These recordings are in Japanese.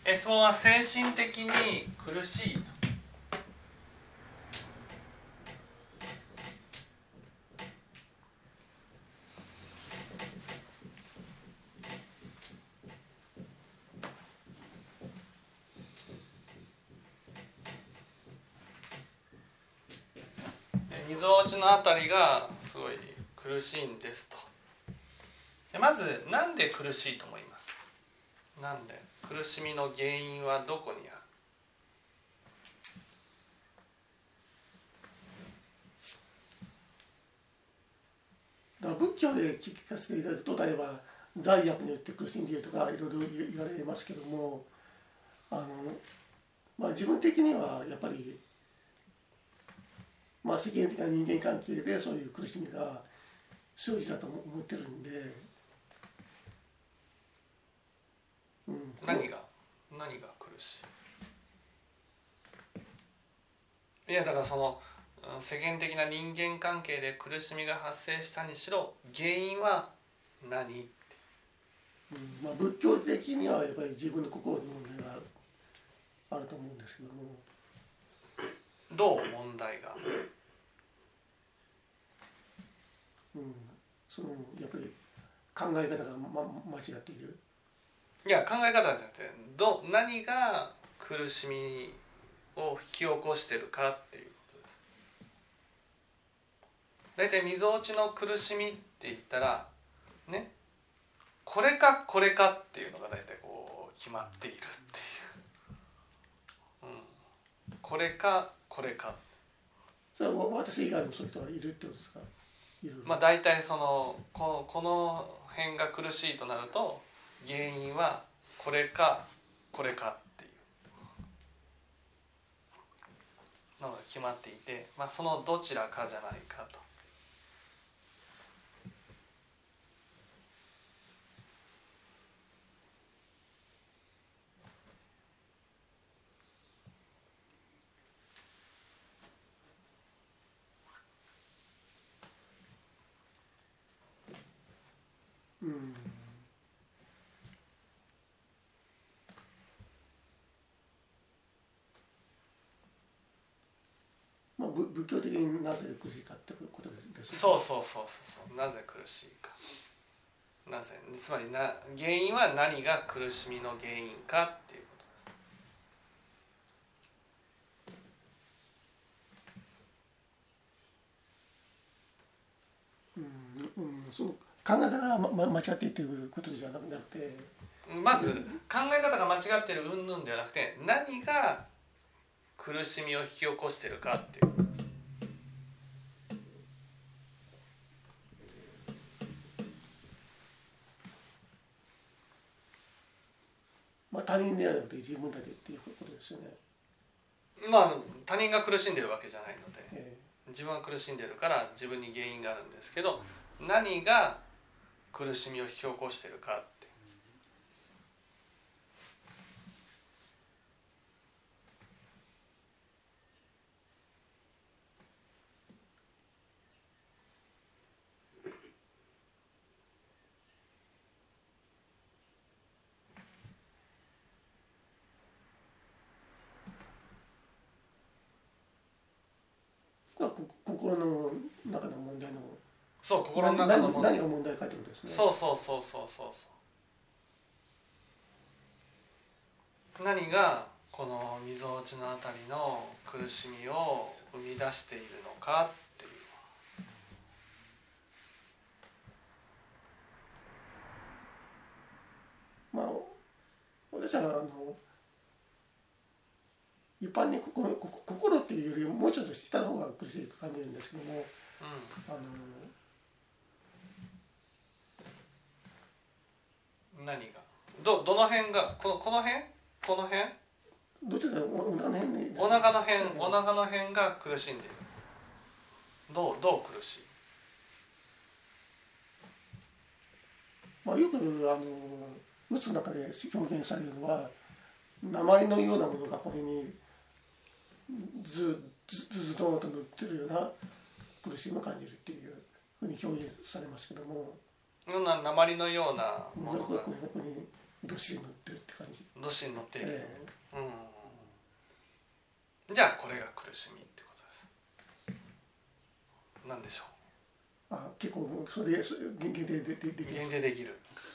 質問は精神的に苦しいと。みぞおちのあたりがすごい苦しいんですと。まずなんで苦しいと思います？なんで？苦しみの原因はどこにある？だから仏教で聞かせていただくと、例えば罪悪によって苦しんでいるとかいろいろ言われますけども、自分的にはやっぱり、世間的な人間関係でそういう苦しみが生じたと思ってるんで、 何が苦しい？いやだからその世間的な人間関係で苦しみが発生したにしろ原因は何って、 仏教的にはやっぱり自分の心に問題があると思うんですけども。 どう問題が？ やっぱり考え方が、間違っている。 いや考え方じゃなくて何が苦しみを引き起こしてるかっていうことです。大体みぞおちの苦しみって言ったらね、これかこれかっていうのが大体こう決まっているっていう、これかこれか。 それは私以外にもそういう人がいるってことですか？ 大体そのこの辺が苦しいとなると原因はこれかこれかっていうのが決まっていて、そのどちらかじゃないかと。 仏教的になぜ苦しいかってことですね。 そう、なぜ苦しいか、なぜ、つまり原因は何が苦しみの原因かっていうことです。 その考え方が、間違っているということじゃなくて、 まず考え方が間違ってる云々ではなくて、何が苦しみを引き起こしてるかっていうことです。 他人ではなくて自分たちっていうことですよね。 他人が苦しんでるわけじゃないので、自分が苦しんでるから自分に原因があるんですけど、何が苦しみを引き起こしてるかって。 心の中の問題の、 そう、心の中の問題、 何が問題かってことですね。 そう何がこのみぞおちのあたりの苦しみを生み出しているのかっていう。 私は一般に心っていうよりもうちょっと下の方が苦しいと感じるんですけども、 何がどの辺がこの辺どっちかお腹の辺にお腹の辺が苦しんでいる。どう苦しい？ よくうつの中で表現されるのは、鉛のようなものがここにずっと乗ってるような苦しみを感じるっていうふうに表現されますけども、 鉛のようなものがここにどっしり乗ってるって感じ。 どしに乗っている、 えじゃあこれが苦しみってことです。何でしょう。 結構それ限定できる。 限定できる。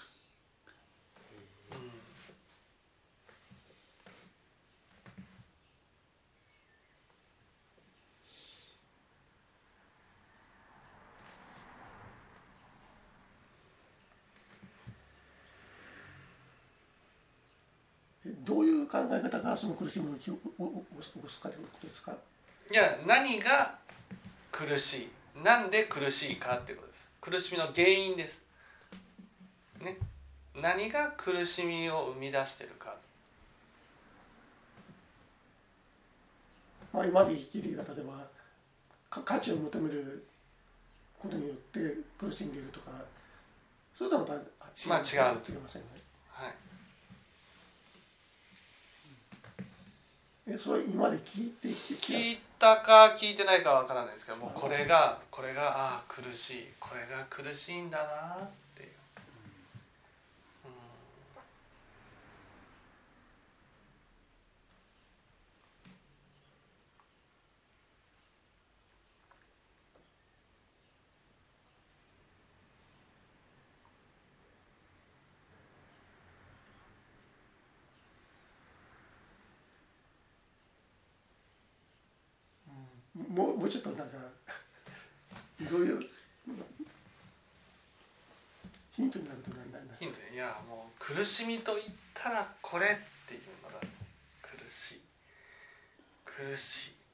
どういう考え方がその苦しみを起こすかということですか。 いや、何が苦しい、なんで苦しいかっていうことです。苦しみの原因です、ね、何が苦しみを生み出しているか。 今まで生きていた例えば価値を求めることによって苦しんでいるとか、それとはまた違いませんね。 はい。 それ今まで聞いたか聞いてないかは分からないですけども、これが苦しい、これが苦しいんだなっていう、 もうちょっとなんかどういうヒントになると何ヒント、いやもう苦しみと言ったらこれっていうのが苦しい苦しい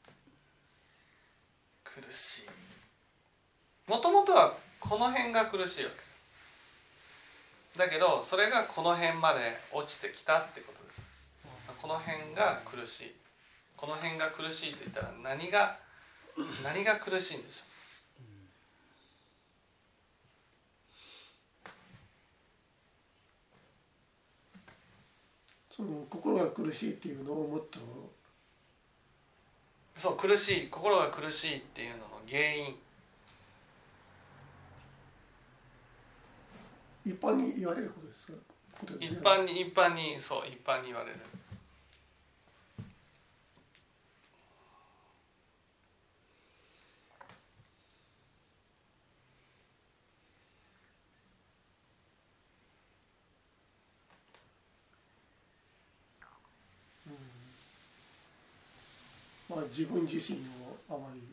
苦しい。もともとはこの辺が苦しいわけだけど、それがこの辺まで落ちてきたってことです。この辺が苦しい、この辺が苦しいと言ったら何が苦しいんでしょう。 その心が苦しいっていうのをもっと、 そう、苦しい、心が苦しいっていうのの原因、 一般に言われることですか。 一般に言われる。 自分自身をあまり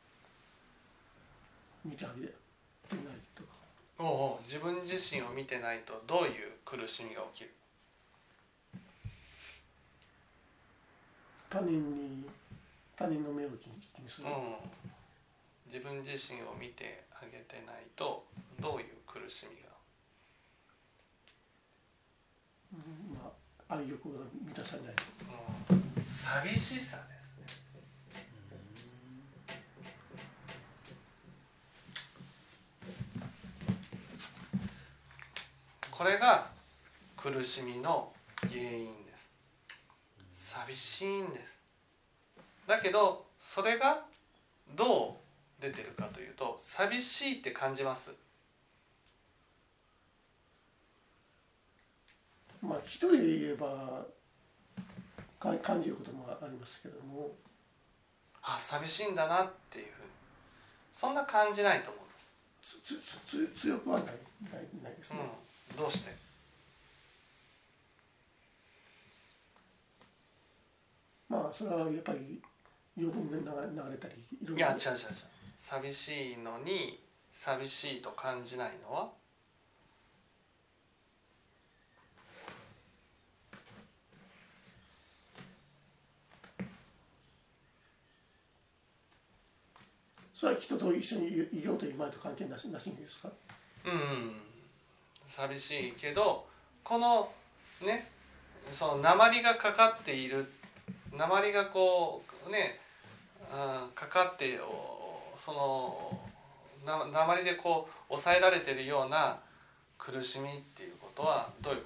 見てあげてないとか。 自分自身を見てないとどういう苦しみが起きる。 他人の目を気にする、 自分自身を見てあげてないとどういう苦しみが、 愛欲が満たされない、 寂しさですね。これが苦しみの原因です。寂しいんです。だけどそれがどう出てるかというと、寂しいって感じます。 一人で言えば感じることもありますけども、 寂しいんだなっていうふうにそんな感じないと思うんです。強くはないですね。 どうして？ それはやっぱり余分に流れたりいろいろ。 いや違う。寂しいのに寂しいと感じないのは、 それは人と一緒にいようという前と関係なしんですか。 寂しいけどこのね、その鉛がかかっている、鉛がこうね、かかってその鉛でこう抑えられているような苦しみっていうことはどういうこと？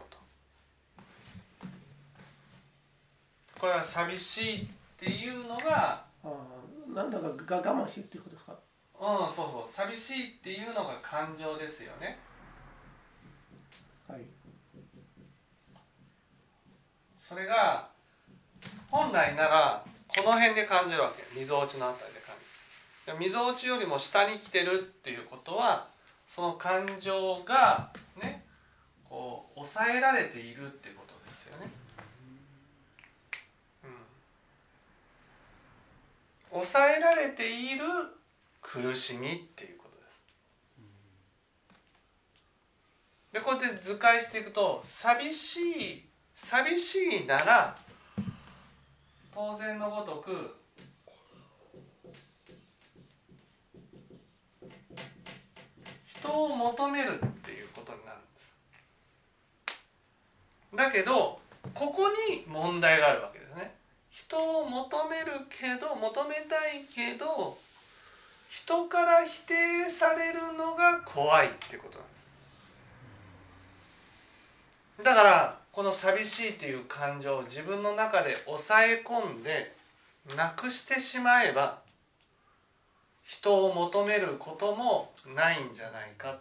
これは寂しいっていうのが、 なんだか我慢してっていうことですか。 そう寂しいっていうのが感情ですよね。 はい。 それが本来ならこの辺で感じるわけ。みぞおちのあたりで感じる。みぞおちよりも下に来てるっていうことは、その感情がねこう抑えられているっていうことですよね。抑えられている苦しみっていうことです。でこうやって図解していくと、寂しいなら当然のごとく人を求めるっていうことになるんです。だけどここに問題があるわけですね。人を求めたいけど人から否定されるのが怖いってことなんです。だからこの寂しいっていう感情を自分の中で抑え込んでなくしてしまえば、人を求めることもないんじゃないかと。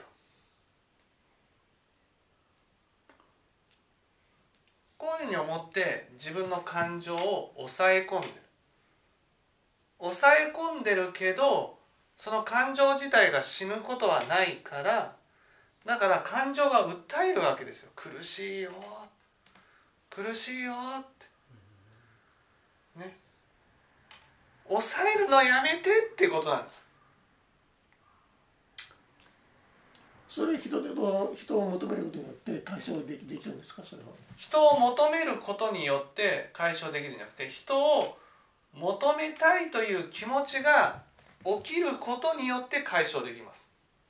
こういうふうに思って自分の感情を抑え込んでる。抑え込んでるけどその感情自体が死ぬことはないから、だから感情が訴えるわけですよ。苦しいよ苦しいよってね。抑えるのやめてってことなんです。 それ人を求めることによって解消できるんですか？それは人を求めることによって解消できるんじゃなくて、人を求めたいという気持ちが起きることによって解消できます。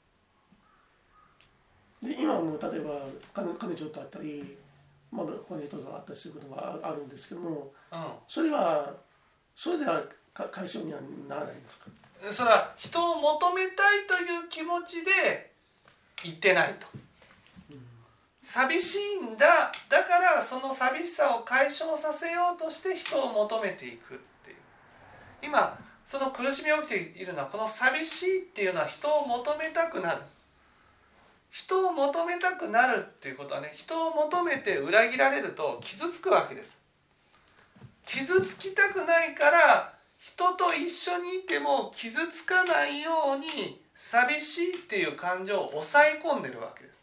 で今も例えば彼女と会ったり、他の人と会ったりすることがあるんですけども、それでは解消にはならないんですか？ それは人を求めたいという気持ちで言ってないと。寂しいんだ、だからその寂しさを解消させようとして人を求めていくっていう。今その苦しみが起きているのは、この寂しいっていうのは人を求めたくなる。人を求めたくなるっていうことはね、人を求めて裏切られると傷つくわけです。傷つきたくないから人と一緒にいても傷つかないように寂しいっていう感情を抑え込んでるわけです。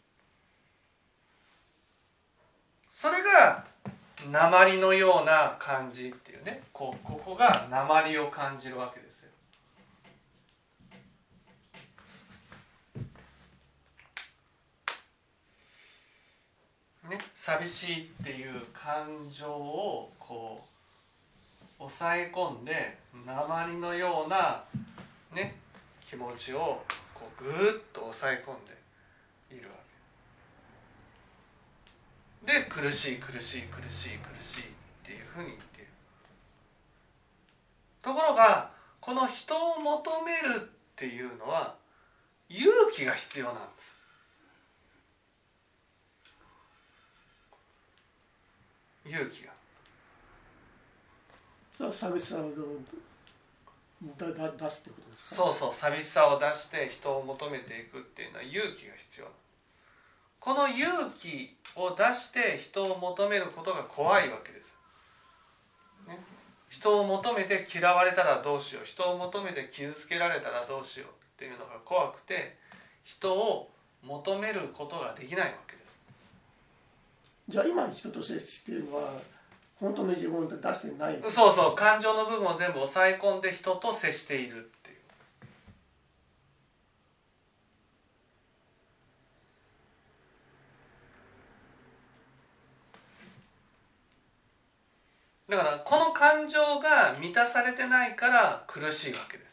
それが鉛のような感じっていうね、ここが鉛を感じるわけですよ。ね、寂しいっていう感情をこう抑え込んで鉛のようなね気持ちをこうぐーっと抑え込んでいるわけで、苦しいっていうふうに言っている。ところがこの人を求めるっていうのは勇気が必要なんです。勇気が。 寂しさを出すってことですか？ そう寂しさを出して人を求めていくっていうのは勇気が必要。この勇気を出して人を求めることが怖いわけです、ね、人を求めて嫌われたらどうしよう、人を求めて傷つけられたらどうしようっていうのが怖くて、人を求めることができないわけです。 じゃあ今人と接しているのは本当の自分を出してない。 そう感情の部分を全部抑え込んで人と接しているっていう。だからこの感情が満たされてないから苦しいわけです。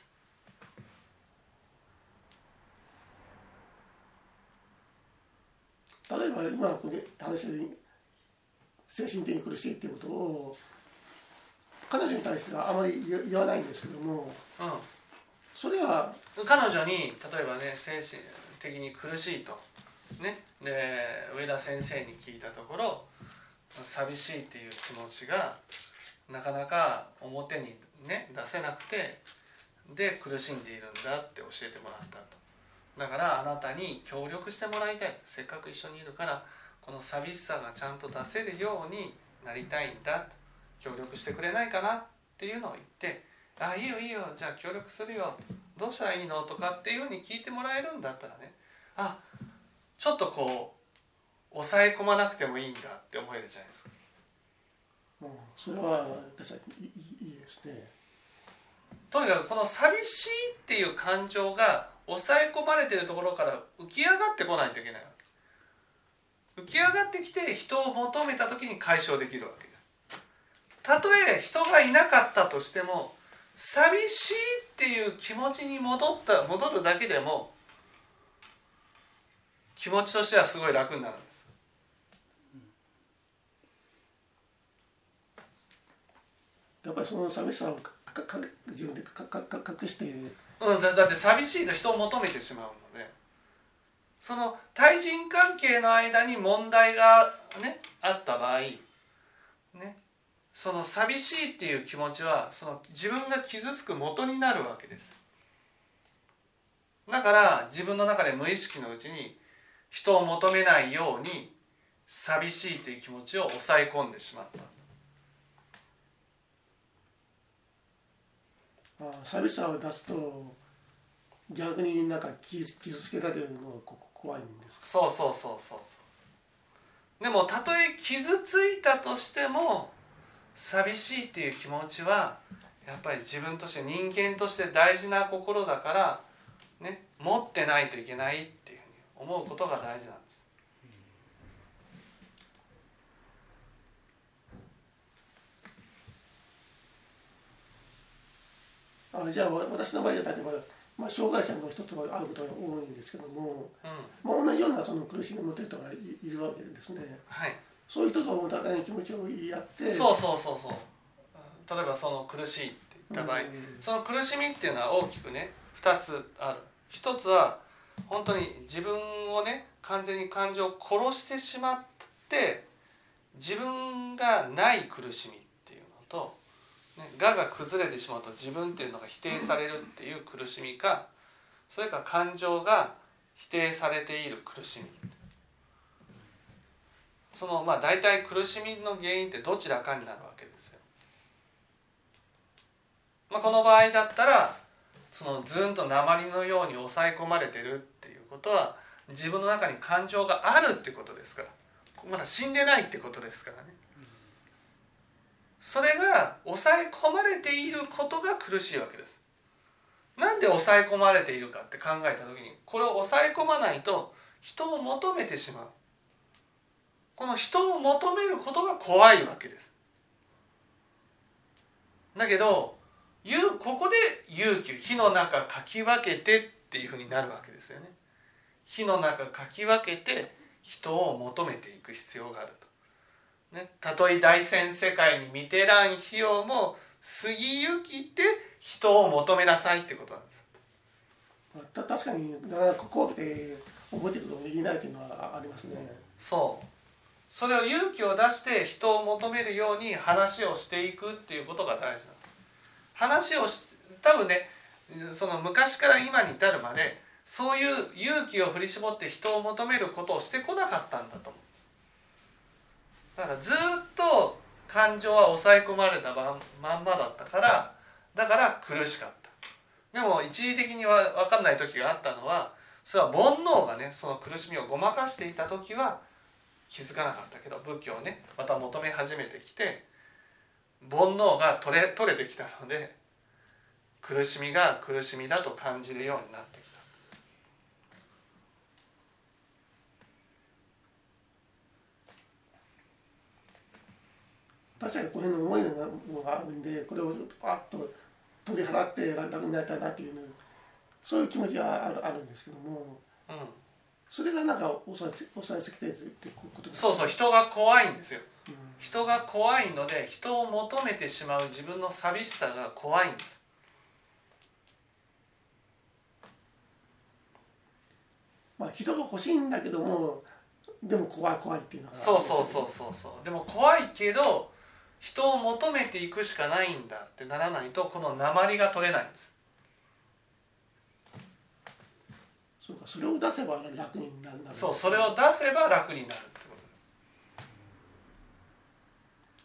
例えば今ここで話してる精神的に苦しいっていうことを彼女に対してはあまり言わないんですけども、それは彼女に例えばね精神的に苦しいとね、で上田先生に聞いたところ、寂しいっていう気持ちがなかなか表にね出せなくて、で苦しんでいるんだって教えてもらったと。だからあなたに協力してもらいたいと。せっかく一緒にいるからこの寂しさがちゃんと出せるようになりたいんだ、協力してくれないかなっていうのを言って、あ、いいよいいよ、じゃあ協力するよ、どうしたらいいのとかっていうふうに聞いてもらえるんだったらね、あ、ちょっとこう抑え込まなくてもいいんだって思えるじゃないですか。 それは確かにいいですね。 とにかくこの寂しいっていう感情が抑え込まれているところから浮き上がってこないといけないわけ。浮き上がってきて人を求めた時に解消できるわけです。たとえ人がいなかったとしても、寂しいっていう気持ちに戻るだけでも気持ちとしてはすごい楽になるんです。 やっぱりその寂しさを自分で隠している、 だって寂しいと人を求めてしまうので、その対人関係の間に問題が、ね、あった場合、ね、その寂しいっていう気持ちはその自分が傷つく元になるわけです。だから自分の中で無意識のうちに人を求めないように寂しいっていう気持ちを抑え込んでしまった。 寂しさを出すと逆になんか傷つけられるのが怖いんですか。 そうでもたとえ傷ついたとしても寂しいっていう気持ちはやっぱり自分として人間として大事な心だから、ね、持ってないといけないっていうふうに思うことが大事なんです。 じゃあ私の場合は例えば、障害者の人と会うことが多いんですけども、同じようなその苦しみを持っている人がいるわけですね。 はい、 そういう人とお互いに気持ちを言い合って、 そう例えばその苦しいって言った場合、その苦しみっていうのは大きくね2つある。一つは本当に自分をね完全に感情を殺してしまって自分がない苦しみっていうのと、我が崩れてしまうと自分っていうのが否定されるっていう苦しみか、それから感情が否定されている苦しみ、その大体苦しみの原因ってどちらかになるわけですよ。この場合だったらそのずんと鉛のように抑え込まれてるっていうことは自分の中に感情があるってことですから、まだ死んでないってことですからね。それが抑え込まれていることが苦しいわけです。なんで抑え込まれているかって考えた時に、これを抑え込まないと人を求めてしまう。この人を求めることが怖いわけです。だけどここで勇気、火の中かき分けてっていうふうになるわけですよね。火の中かき分けて人を求めていく必要があると。たとえ大千世界に見てらん費用も過ぎゆきて人を求めなさいってことなんです。 確かに怖くて覚えていくこともできないっていうのはありますね。 それを勇気を出して人を求めるように話をしていくっていうことが大事なんです。多分ね、その昔から今に至るまでそういう勇気を振り絞って人を求めることをしてこなかったんだと思うんです。だからずっと感情は抑え込まれたまんまだったから、だから苦しかった。でも一時的には分かんない時があったのは、それは煩悩がねその苦しみをごまかしていた時は気づかなかったけど、仏教をねまた求め始めてきて煩悩が取れてきたので、苦しみが苦しみだと感じるようになってきた。確かにこの辺の思いがあるんで、これをパッと取り払って楽になりたいなっていう、そういう気持ちがあるんですけども、それがなんか抑えつけてるっていうことですね。 人が怖いんですよ。人が怖いので人を求めてしまう自分の寂しさが怖いんです。 人が欲しいんだけども、でも怖いっていうのが、 でも怖いけど人を求めていくしかないんだってならないと、この鉛が取れないんです。 そうか、それを出せば楽になる。 それを出せば楽になるってことです。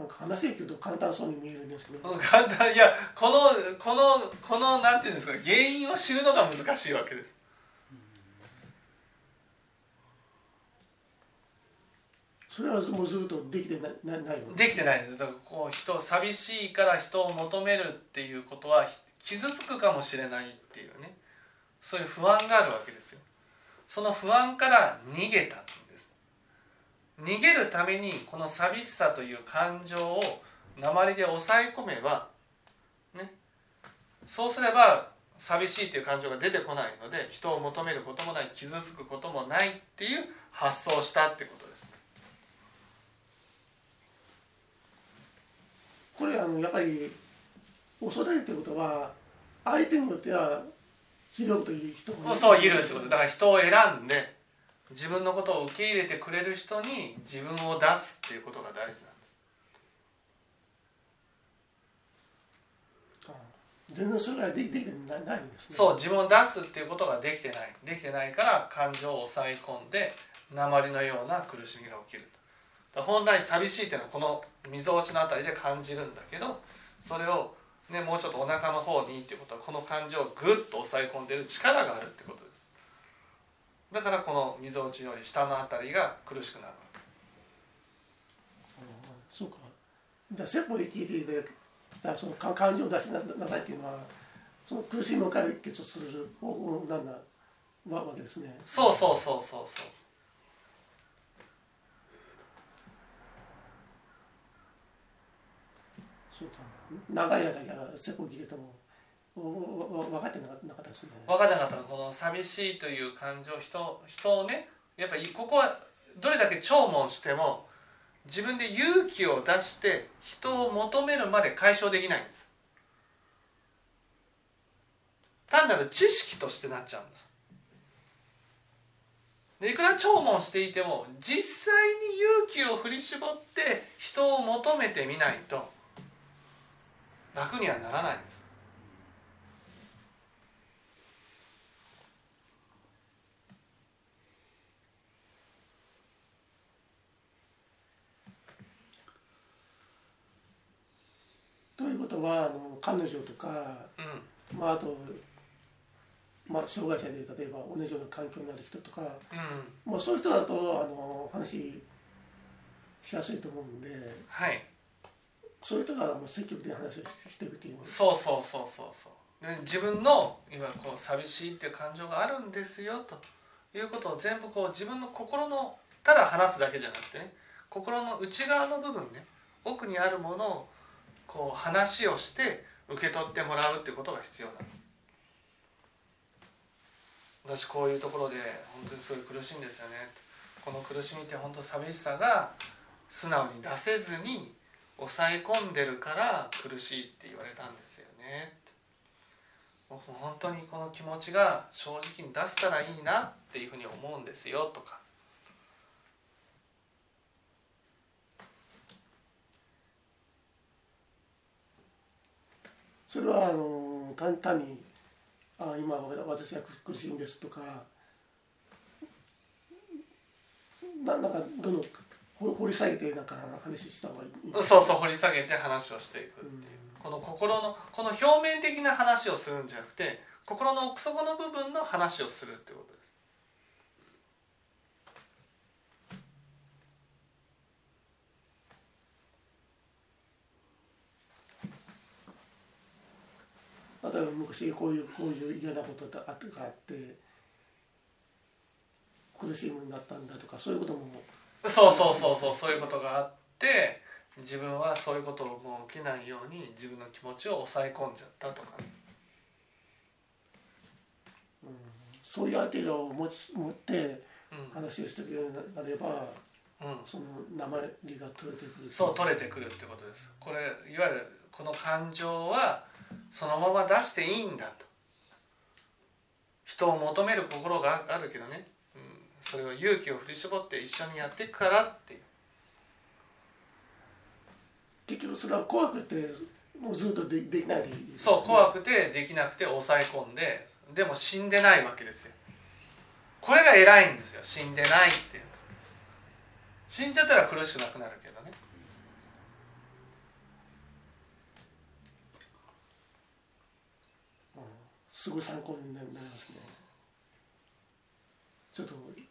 なんか話で聞くと簡単そうに見えるんですけど、 簡単、いや、このなんていうんですか、原因を知るのが難しいわけです。 それはもうずっとできてないのできてないんです。だからこう寂しいから人を求めるっていうことは傷つくかもしれないっていうね、そういう不安があるわけですよ。その不安から逃げたんです。逃げるためにこの寂しさという感情を鉛で抑え込めばね、そうすれば寂しいという感情が出てこないので、人を求めることもない、傷つくこともないっていう発想をしたってことです。 これやっぱり恐れるということは相手によってはひどいこと言う人もそういるってことだから、人を選んで自分のことを受け入れてくれる人に自分を出すっていうことが大事なんです。 全然それができてないんですね。 そう、自分を出すっていうことができてないから感情を抑え込んで鉛のような苦しみが起きる。本来寂しいっていうのはこのみぞおちのあたりで感じるんだけど、それを、ね、もうちょっとお腹の方にっていうことは、この感情をぐっと抑え込んでいる力があるってことです。だからこのみぞおちより下のあたりが苦しくなるわけ。 そうか。じゃあ説法で聞いていただいたその感情を出しなさいっていうのは、その苦しみを解決する方法なんだわけですね。 そう。 そうか。長い間説法を聞いてても分かってなかったですね。 分かってなかったの。この寂しいという感情、人をね、やっぱりここはどれだけ聴聞しても自分で勇気を出して人を求めるまで解消できないんです。単なる知識としてなっちゃうんです。でいくら聴聞していても実際に勇気を振り絞って人を求めてみないと楽にはならないんです。 ということは彼女とか、あと、障害者で例えば同じような環境にある人とか、そういう人だと話しやすいと思うんで、 はい、 そういう人が積極的に話をしていくっていう。 そうで自分の今こう寂しいっていう感情があるんですよということを全部こう自分の心のただ話すだけじゃなくてね、心の内側の部分ね、奥にあるものをこう話をして受け取ってもらうってことが必要なんです。私こういうところで本当にすごい苦しいんですよね。この苦しみって本当寂しさが素直に出せずに抑え込んでるから苦しいって言われたんですよね。僕も本当にこの気持ちが正直に出せたらいいなっていうふうに思うんですよとか。 それは単に今私は苦しいんですとか、なんかどの掘り下げてなんか話した方がいい。 そう掘り下げて話をしていくっていう、この心のこの表面的な話をするんじゃなくて、心の奥底の部分の話をするってことです。 例えば昔こういう嫌なことがあって苦しむんだったんだとか、そういうことも。 そういうことがあって、自分はそういうことをもう起きないように自分の気持ちを抑え込んじゃったとかね。 そういう相手を持って話をしてくれるようになれば、その鉛が取れてくる。 そう取れてくるってことです。これいわゆるこの感情はそのまま出していいんだと。人を求める心があるけどね、それを勇気を振り絞って一緒にやっていくからっていう。 結局それは怖くてもうずっとできないでいいですね。 そう怖くてできなくて抑え込んで、でも死んでないわけですよ。これが偉いんですよ。死んでないっていう。死んじゃったら苦しくなくなるけどね。 すごい参考になりますね。ちょっと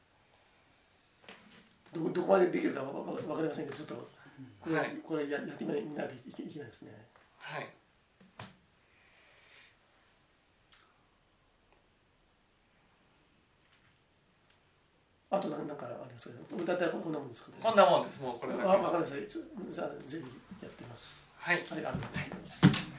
どこまでできるかわかりませんけど、ちょっとこれ、はい、これやってみないといけないですね。 はい。 あと何かありますかね。だいたいこんなもんですかね。 こんなもんです。もうこれだけ。 わかりました。じゃあぜひやってみます。 はい。 ありがとうございます。